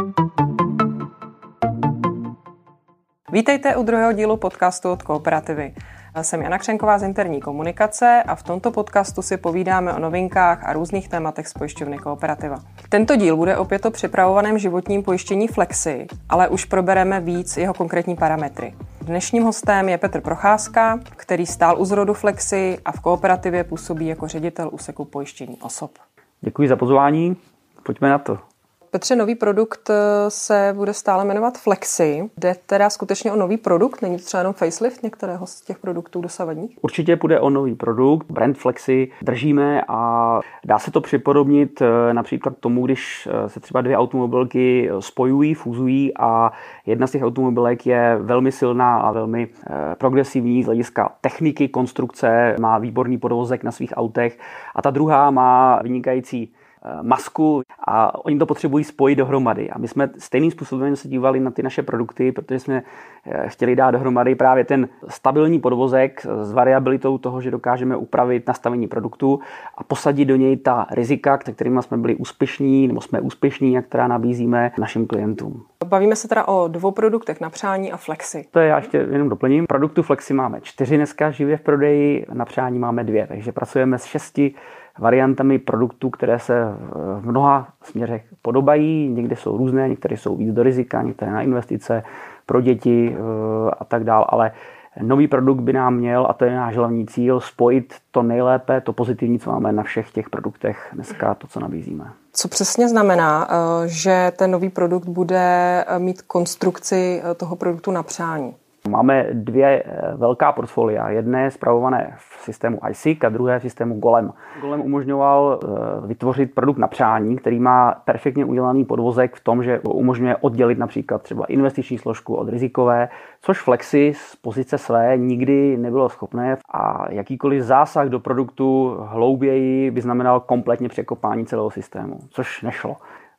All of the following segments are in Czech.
Vítejte u druhého dílu podcastu od Kooperativy. Jsem Jana Křenková z interní komunikace a v tomto podcastu si povídáme o novinkách a různých tématech z pojišťovny Kooperativa. Tento díl bude opět o připravovaném životním pojištění Flexi, ale už probereme víc jeho konkrétní parametry. Dnešním hostem je Petr Procházka, který stál u zrodu Flexi a v Kooperativě působí jako ředitel úseku pojištění osob. Děkuji za pozvání, pojďme na to. Petře, nový produkt se bude stále jmenovat Flexi. Jde teda skutečně o nový produkt? Není to třeba jenom facelift některého z těch produktů dosavadních? Určitě půjde o nový produkt. Brand Flexi držíme a dá se to připodobnit například k tomu, když se třeba dvě automobilky spojují, fuzují a jedna z těch automobilek je velmi silná a velmi progresivní z hlediska techniky, konstrukce, má výborný podvozek na svých autech a ta druhá má vynikající masku a oni to potřebují spojit dohromady. A my jsme stejným způsobem se dívali na ty naše produkty, protože jsme chtěli dát dohromady právě ten stabilní podvozek s variabilitou toho, že dokážeme upravit nastavení produktu a posadit do něj ta rizika, kterými jsme byli úspěšní nebo jsme úspěšní a která nabízíme našim klientům. Bavíme se teda o dvou produktech na přání a Flexi. To já ještě jenom doplním. Produktu Flexi máme 4 dneska živě v prodeji, na přání máme 2, takže pracujeme s 6 variantami produktů, které se v mnoha směrech podobají. Někde jsou různé, některé jsou víc do rizika, některé na investice, pro děti a tak dále, ale nový produkt by nám měl, a to je náš hlavní cíl, spojit to nejlépe, to pozitivní, co máme na všech těch produktech dneska, to, co nabízíme. Co přesně znamená, že ten nový produkt bude mít konstrukci toho produktu na přání? Máme 2 velká portfolia. Jedné je spravované v systému iSIC a druhé v systému Golem. Golem umožňoval vytvořit produkt na přání, který má perfektně udělaný podvozek v tom, že umožňuje oddělit například třeba investiční složku od rizikové, což Flexi z pozice své nikdy nebylo schopné a jakýkoliv zásah do produktu hlouběji by znamenal kompletně překopání celého systému, což nešlo.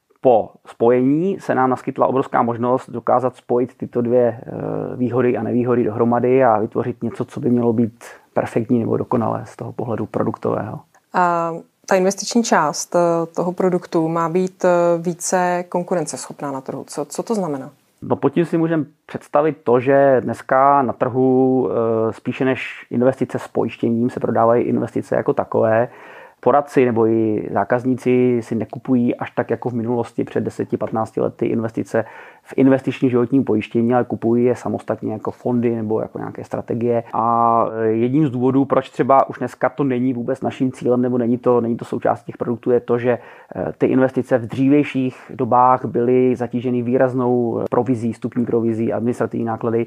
Po spojení se nám naskytla obrovská možnost dokázat spojit tyto 2 výhody a nevýhody dohromady a vytvořit něco, co by mělo být perfektní nebo dokonalé z toho pohledu produktového. A ta investiční část toho produktu má být více konkurenceschopná na trhu. Co to znamená? No pod tím si můžeme představit to, že dneska na trhu spíše než investice s pojištěním se prodávají investice jako takové. Poradci nebo i zákazníci si nekupují až tak jako v minulosti před 10-15 lety investice v investičním životním pojištění, ale kupují je samostatně jako fondy nebo jako nějaké strategie. A jedním z důvodů, proč třeba už dneska to není vůbec naším cílem nebo není to součást těch produktů, je to, že ty investice v dřívějších dobách byly zatíženy výraznou provizí, vstupní provizí, administrativní náklady.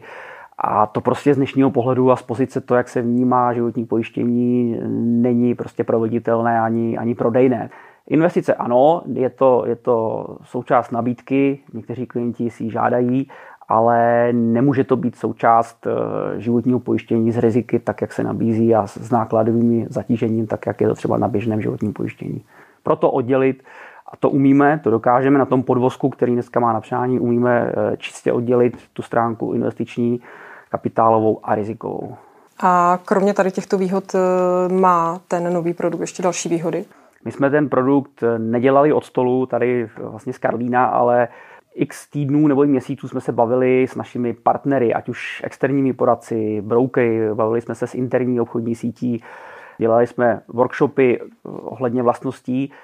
A to prostě z dnešního pohledu a z pozice to, jak se vnímá životní pojištění, není prostě proveditelné ani prodejné. Investice ano, je to součást nabídky, někteří klienti si ji žádají, ale nemůže to být součást životního pojištění z riziky, tak jak se nabízí a s nákladovým zatížením, tak jak je to třeba na běžném životním pojištění. Proto oddělit, a to umíme, to dokážeme na tom podvozku, který dneska má na přání, umíme čistě oddělit tu stránku investiční, kapitálovou a rizikovou. A kromě tady těchto výhod má ten nový produkt ještě další výhody? My jsme ten produkt nedělali od stolu tady vlastně z Karlína, ale x týdnů nebo měsíců jsme se bavili s našimi partnery, ať už externími poradci, brokery, bavili jsme se s interní obchodní sítí, dělali jsme workshopy ohledně vlastností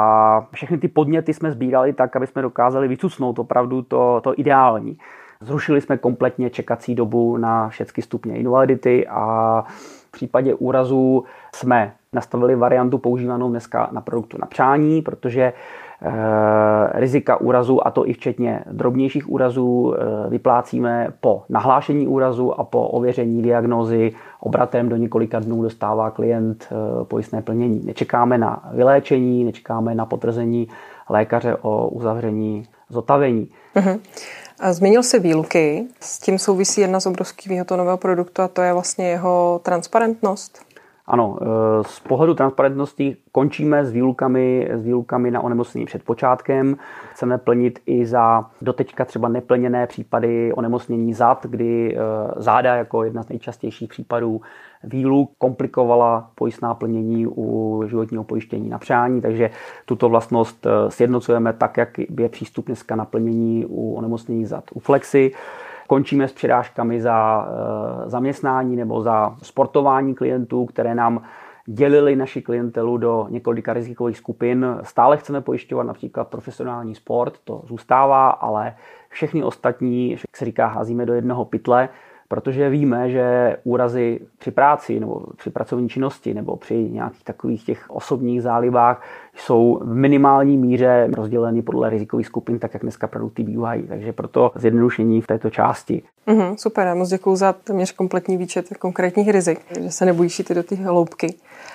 a všechny ty podněty jsme sbírali tak, aby jsme dokázali vycucnout opravdu to ideální. Zrušili jsme kompletně čekací dobu na všechny stupně invalidity a v případě úrazu jsme nastavili variantu používanou dneska na produktu na přání, protože rizika úrazu, a to i včetně drobnějších úrazů, vyplácíme po nahlášení úrazu a po ověření diagnózy obratem do několika dnů dostává klient pojistné plnění. Nečekáme na vyléčení, nečekáme na potvrzení lékaře o uzavření zotavení. Zmínil jsi výluky, s tím souvisí jedna z obrovských výhod nového produktu a to je vlastně jeho transparentnost. Ano, z pohledu transparentnosti končíme s výlukami na onemocnění před počátkem. Chceme plnit i za doteďka třeba neplněné případy onemocnění zad, kdy záda jako jedna z nejčastějších případů výluk komplikovala pojistná plnění u životního pojištění na přání, takže tuto vlastnost sjednocujeme tak, jak je přístup dneska na plnění u onemocnění zad u Flexi. Končíme s přirážkami za zaměstnání nebo za sportování klientů, které nám dělili naši klientelu do několika rizikových skupin. Stále chceme pojišťovat například profesionální sport, to zůstává, ale všechny ostatní, jak se říká, házíme do jednoho pytle, protože víme, že úrazy při práci nebo při pracovní činnosti nebo při nějakých takových těch osobních zálibách jsou v minimální míře rozděleny podle rizikových skupin, tak jak dneska produkty bývají. Takže proto zjednodušení v této části. Super, já moc děkuju za téměř kompletní výčet konkrétních rizik, že se nebojíš jít do té hloubky.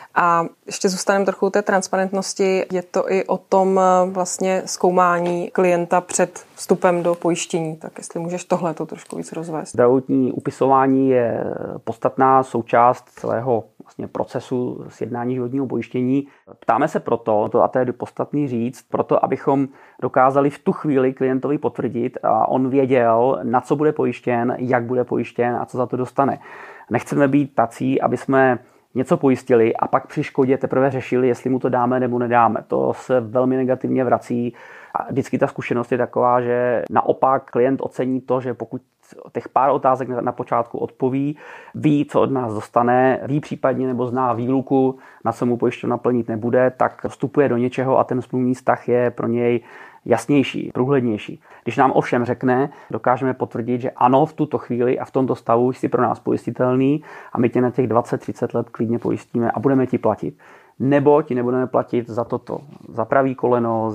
A ještě zůstaneme trochu té transparentnosti. Je to i o tom vlastně zkoumání klienta před vstupem do pojištění. Tak jestli můžeš tohle to trošku víc rozvést. Zdravotní upisování je podstatná součást celého vlastně procesu sjednání životního pojištění. Ptáme se proto, a to je podstatný říct, proto abychom dokázali v tu chvíli klientovi potvrdit a on věděl, na co bude pojištěn, jak bude pojištěn a co za to dostane. Nechceme být tací, aby jsme něco pojistili a pak při škodě teprve řešili, jestli mu to dáme nebo nedáme. To se velmi negativně vrací a vždycky ta zkušenost je taková, že naopak klient ocení to, že pokud těch pár otázek na počátku odpoví, ví, co od nás dostane, ví případně nebo zná výluku, na co mu pojišťovna plnit nebude, tak vstupuje do něčeho a ten smluvní vztah je pro něj jasnější, průhlednější. Když nám ovšem řekne, dokážeme potvrdit, že ano, v tuto chvíli a v tomto stavu jsi pro nás pojistitelný a my tě na těch 20-30 let klidně pojistíme a budeme ti platit. Nebo ti nebudeme platit za toto, za pravý koleno,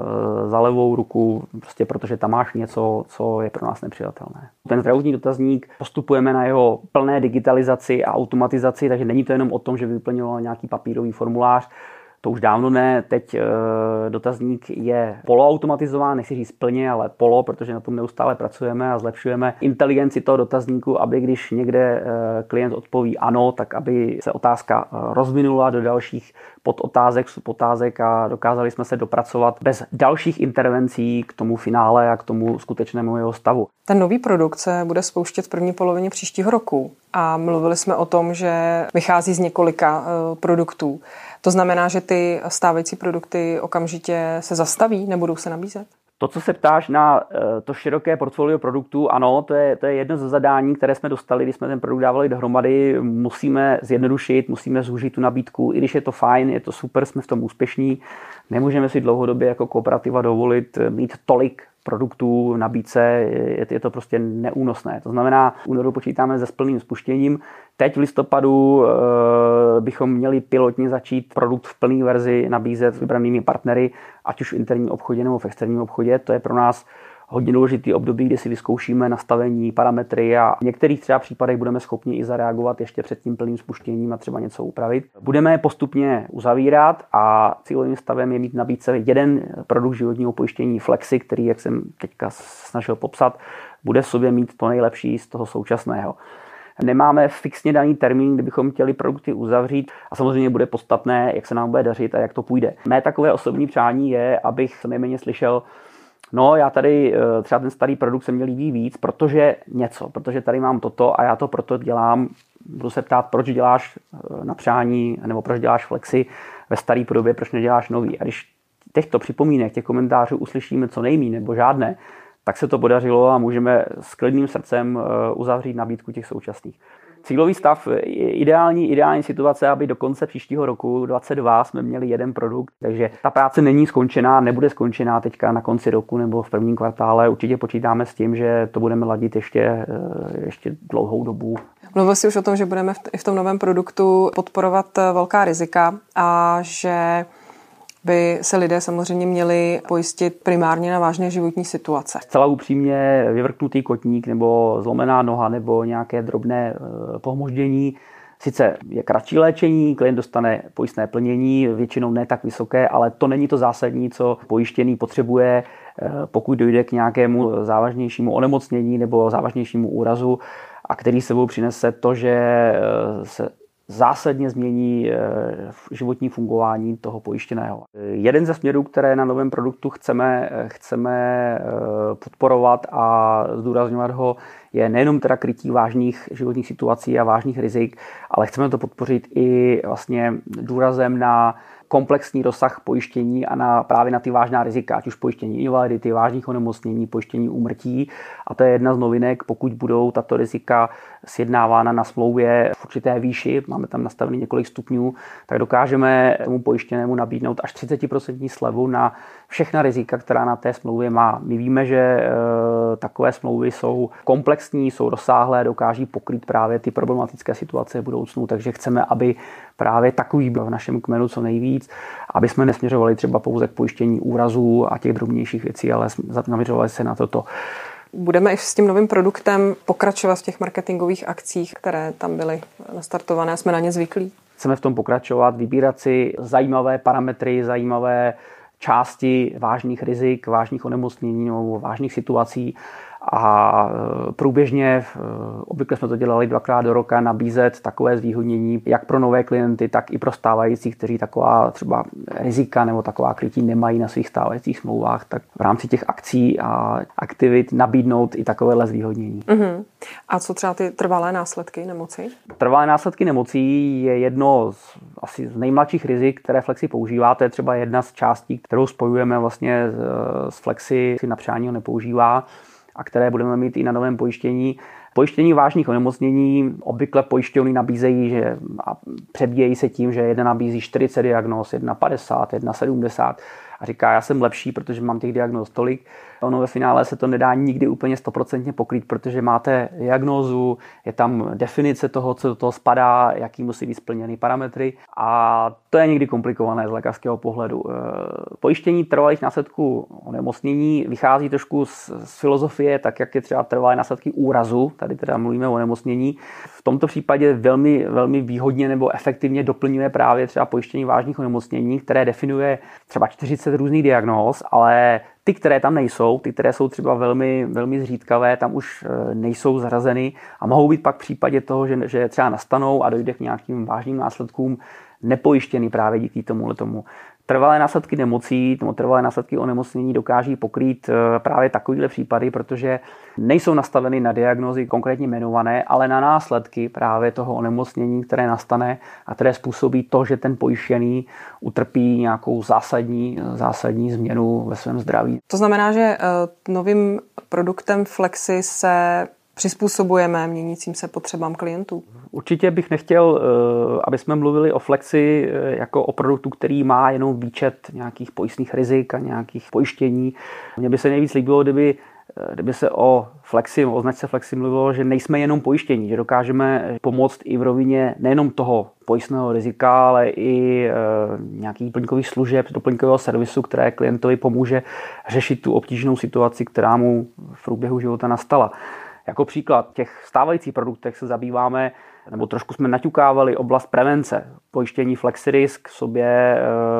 za levou ruku, prostě protože tam máš něco, co je pro nás nepřijatelné. Ten zdravotní dotazník postupujeme na jeho plné digitalizaci a automatizaci, takže není to jenom o tom, že vyplnilo nějaký papírový formulář. To už dávno ne, teď dotazník je poloautomatizován, nechci říct plně, ale polo, protože na tom neustále pracujeme a zlepšujeme inteligenci toho dotazníku, aby když někde klient odpoví ano, tak aby se otázka rozvinula do dalších podotázek, subotázek a dokázali jsme se dopracovat bez dalších intervencí k tomu finále a k tomu skutečnému jeho stavu. Ten nový produkt se bude spouštět v první polovině příštího roku a mluvili jsme o tom, že vychází z několika produktů. To znamená, že ty stávající produkty okamžitě se zastaví, nebudou se nabízet? To, co se ptáš na to široké portfolio produktů, ano, to je jedno ze zadání, které jsme dostali, když jsme ten produkt dávali dohromady. Musíme zjednodušit, musíme zúžit tu nabídku, i když je to fajn, je to super, jsme v tom úspěšní. Nemůžeme si dlouhodobě jako kooperativa dovolit mít tolik produktů v nabídce, je to prostě neúnosné. To znamená, v únoru počítáme se plným spuštěním. Teď v listopadu bychom měli pilotně začít produkt v plné verzi nabízet s vybranými partnery, ať už v interním obchodě nebo v externím obchodě. To je pro nás hodně důležitý období, kdy si vyzkoušíme nastavení, parametry a v některých třeba případech budeme schopni i zareagovat ještě před tím plným spuštěním a třeba něco upravit. Budeme postupně uzavírat a cílovým stavem je mít v nabídce jeden produkt životního pojištění Flexi, který, jak jsem teďka snažil popsat, bude v sobě mít to nejlepší z toho současného. Nemáme fixně daný termín, kdybychom chtěli produkty uzavřít a samozřejmě bude podstatné, jak se nám bude dařit a jak to půjde. Mé takové osobní přání je, abych co nejméně slyšel, no já tady třeba ten starý produkt se mě líbí víc, protože tady mám toto a já to proto dělám. Budu se ptát, proč děláš na přání nebo proč děláš Flexi ve staré podobě, proč neděláš nový. A když těchto připomínek, těch komentářů uslyšíme co nejméně nebo žádné, tak se to podařilo a můžeme s klidným srdcem uzavřít nabídku těch současných. Cílový stav je ideální situace, aby do konce příštího roku 2022 jsme měli jeden produkt, takže ta práce není skončená, nebude skončená teďka na konci roku nebo v prvním kvartále. Určitě počítáme s tím, že to budeme ladit ještě dlouhou dobu. Mluvil jsi už o tom, že budeme i v tom novém produktu podporovat velká rizika a že by se lidé samozřejmě měli pojistit primárně na vážné životní situace. Zcela upřímně vyvrknutý kotník nebo zlomená noha nebo nějaké drobné pohmoždění. Sice je kratší léčení, klient dostane pojistné plnění, většinou ne tak vysoké, ale to není to zásadní, co pojištěný potřebuje, pokud dojde k nějakému závažnějšímu onemocnění nebo závažnějšímu úrazu, a který sebou přinese to, že se zásadně změní životní fungování toho pojištěného. Jeden ze směrů, které na novém produktu chceme podporovat a zdůrazňovat ho, je nejenom teda krytí vážných životních situací a vážných rizik, ale chceme to podpořit i vlastně důrazem na komplexní rozsah pojištění a právě na ty vážná rizika, ať už pojištění invalidity, vážných onemocnění, pojištění úmrtí. A to je jedna z novinek, pokud budou tato rizika sjednávána na smlouvě v určité výši, máme tam nastavený několik stupňů, tak dokážeme tomu pojištěnému nabídnout až 30% slevu na všechna rizika, která na té smlouvě má. My víme, že takové smlouvy jsou komplexní, jsou rozsáhlé, dokáží pokrýt právě ty problematické situace v budoucnu, takže chceme, aby právě takový byl v našem kmenu co nejvíc, aby jsme nesměřovali třeba pouze k pojištění úrazů a těch drobnějších věcí, ale zaměřovali se na toto. Budeme i s tím novým produktem pokračovat v těch marketingových akcích, které tam byly nastartované a jsme na ně zvyklí? Chceme v tom pokračovat, vybírat si zajímavé parametry, zajímavé části vážných rizik, vážných onemocnění nebo vážných situací a průběžně, obvykle jsme to dělali 2krát do roka, nabízet takové zvýhodnění jak pro nové klienty, tak i pro stávající, kteří taková třeba rizika nebo taková krytí nemají na svých stávajících smlouvách, tak v rámci těch akcí a aktivit nabídnout i takovéhle zvýhodnění. Uh-huh. A co třeba ty trvalé následky nemoci? Trvalé následky nemocí je jedno asi z nejmladších rizik, které Flexi používá. To je třeba jedna z částí, kterou spojujeme vlastně s Flexi, si na přání ho nepoužívá a které budeme mít i na novém pojištění. Pojištění vážných onemocnění obvykle pojišťovny nabízejí, že a přebíjejí se tím, že jedna nabízí 40 diagnóz, jedna 50, jedna 70 a říká, já jsem lepší, protože mám těch diagnóz tolik. Ono ve finále se to nedá nikdy úplně 100% pokrýt, protože máte diagnózu, je tam definice toho, co do toho spadá, jaký musí být splněny parametry a to je někdy komplikované z lékařského pohledu. Pojištění trvalých následků onemocnění vychází trošku z filozofie, tak jak je třeba trvalé následky úrazu, tady teda mluvíme o onemocnění. V tomto případě velmi, velmi výhodně nebo efektivně doplňuje právě třeba pojištění vážných onemocnění, které definuje třeba 40 různých diagnóz, ale ty, které tam nejsou, ty, které jsou třeba velmi, velmi zřídkavé, tam už nejsou zařazeny a mohou být pak v případě toho, že třeba nastanou a dojde k nějakým vážným následkům nepojištěný právě díky tomu. Trvalé následky nemocí, trvalé následky onemocnění dokáží pokrýt právě takovýhle případy, protože nejsou nastaveny na diagnózy konkrétně jmenované, ale na následky právě toho onemocnění, které nastane a které způsobí to, že ten pojištěný utrpí nějakou zásadní změnu ve svém zdraví. To znamená, že novým produktem Flexi se přizpůsobujeme měnícím se potřebám klientů. Určitě bych nechtěl, aby jsme mluvili o Flexi jako o produktu, který má jenom výčet nějakých pojistných rizik a nějakých pojištění. Mně by se nejvíc líbilo, kdyby se o Flexi, o značce Flexi mluvilo, že nejsme jenom pojištění, že dokážeme pomoct i v rovině nejenom toho pojistného rizika, ale i nějakých doplňkových služeb, doplňkového servisu, které klientovi pomůže řešit tu obtížnou situaci, která mu v průběhu života nastala. Jako příklad těch stávajících produktech se zabýváme, nebo trošku jsme naťukávali oblast prevence. Pojištění FlexiRisk v sobě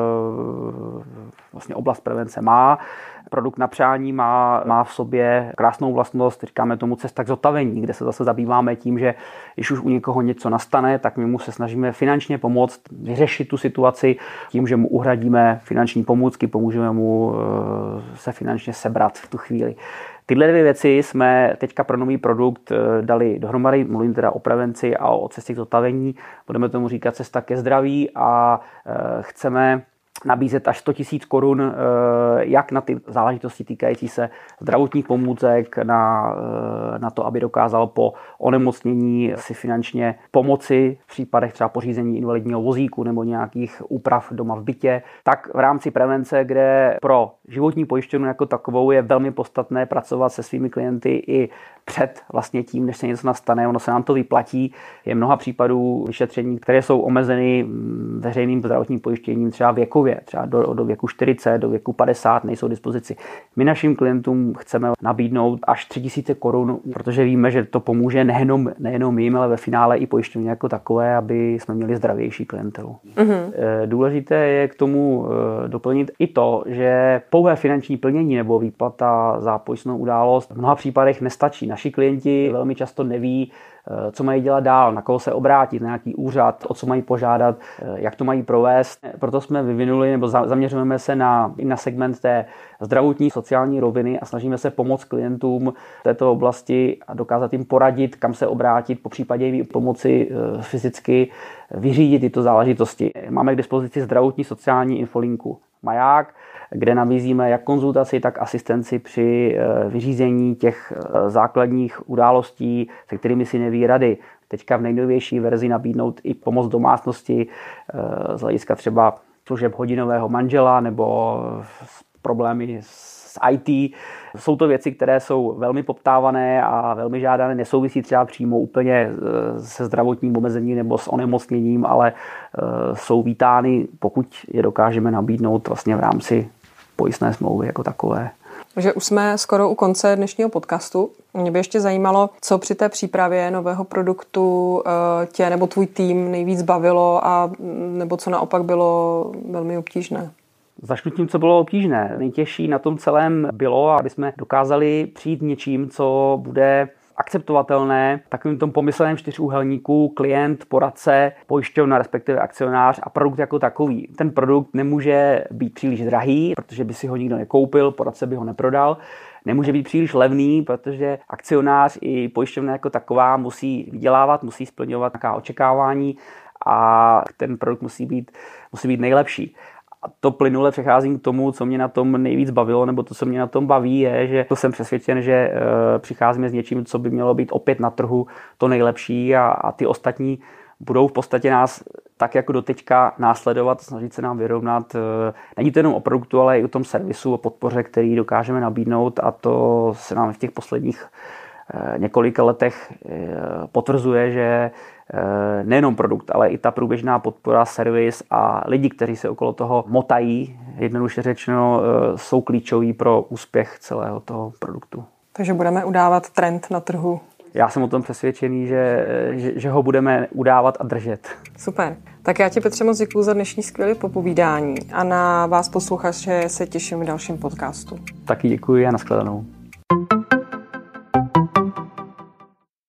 vlastně oblast prevence má. Produkt na přání má v sobě krásnou vlastnost, říkáme tomu cesta k zotavení, kde se zase zabýváme tím, že když už u někoho něco nastane, tak my mu se snažíme finančně pomoct vyřešit tu situaci tím, že mu uhradíme finanční pomůcky, pomůžeme mu se finančně sebrat v tu chvíli. Tyhle dvě věci jsme teďka pro nový produkt dali dohromady, mluvím teda o prevenci a o cestě k zotavení, budeme tomu říkat cesta ke zdraví a chceme nabízet až 100 000 korun jak na ty záležitosti týkající se zdravotních pomůcek, na to, aby dokázal po onemocnění si finančně pomoci v případech třeba pořízení invalidního vozíku nebo nějakých úprav doma v bytě, tak v rámci prevence, kde pro životní pojišťovnu jako takovou je velmi podstatné pracovat se svými klienty i před vlastně tím, než se něco nastane, ono se nám to vyplatí. Je mnoha případů vyšetření, které jsou omezeny veřejným zdravotním pojištěním třeba věkově. nově, třeba do věku 40, do věku 50 nejsou k dispozici. My našim klientům chceme nabídnout až 3000 korun, protože víme, že to pomůže nejenom jim, ale ve finále i pojišťovně jako takové, aby jsme měli zdravější klientelu. Důležité je k tomu doplnit i to, že pouhé finanční plnění nebo výplata za pojistnou událost v mnoha případech nestačí. Naši klienti velmi často neví, co mají dělat dál, na koho se obrátit, na nějaký úřad, o co mají požádat, jak to mají provést. Proto jsme vyvinuli nebo zaměřujeme se i na segment té zdravotní sociální roviny a snažíme se pomoct klientům v této oblasti a dokázat jim poradit, kam se obrátit, popřípadě jim pomoci fyzicky vyřídit tyto záležitosti. Máme k dispozici zdravotní sociální infolinku Maják, kde nabízíme jak konzultaci, tak asistenci při vyřízení těch základních událostí, se kterými si neví rady. Teďka v nejnovější verzi nabídnout i pomoc domácnosti z hlediska třeba služeb hodinového manžela nebo problémy s IT. Jsou to věci, které jsou velmi poptávané a velmi žádané, nesouvisí třeba přímo úplně se zdravotním omezením nebo s onemocněním, ale jsou vítány, pokud je dokážeme nabídnout vlastně v rámci pojistné smlouvy jako takové. Takže už jsme skoro u konce dnešního podcastu. Mě by ještě zajímalo, co při té přípravě nového produktu tě nebo tvůj tým nejvíc bavilo a nebo co naopak bylo velmi obtížné. Začnu tím, co bylo obtížné. Nejtěžší na tom celém bylo, aby jsme dokázali přijít něčím, co bude akceptovatelné v takovým tom pomysleném čtyřúhelníku klient, poradce, pojišťovna, respektive akcionář a produkt jako takový. Ten produkt nemůže být příliš drahý, protože by si ho nikdo nekoupil, poradce by ho neprodal. Nemůže být příliš levný, protože akcionář i pojišťovna jako taková musí vydělávat, musí splňovat nějaká očekávání a ten produkt musí být nejlepší. A to plynule přecházím k tomu, co mě na tom nejvíc bavilo, nebo to, co mě na tom baví, je, že to jsem přesvědčen, že přicházíme s něčím, co by mělo být opět na trhu to nejlepší a ty ostatní budou v podstatě nás tak jako doteďka následovat, snažit se nám vyrovnat. Není to jenom o produktu, ale i o tom servisu, o podpoře, který dokážeme nabídnout a to se nám v těch posledních několika letech potvrzuje, že nejenom produkt, ale i ta průběžná podpora, servis a lidi, kteří se okolo toho motají, jednoduše řečeno, jsou klíčoví pro úspěch celého toho produktu. Takže budeme udávat trend na trhu. Já jsem o tom přesvědčený, že ho budeme udávat a držet. Super. Tak já ti, Petře, moc děkuju za dnešní skvělé popovídání a na vás posluchače se těším v dalším podcastu. Taky děkuji a nashledanou.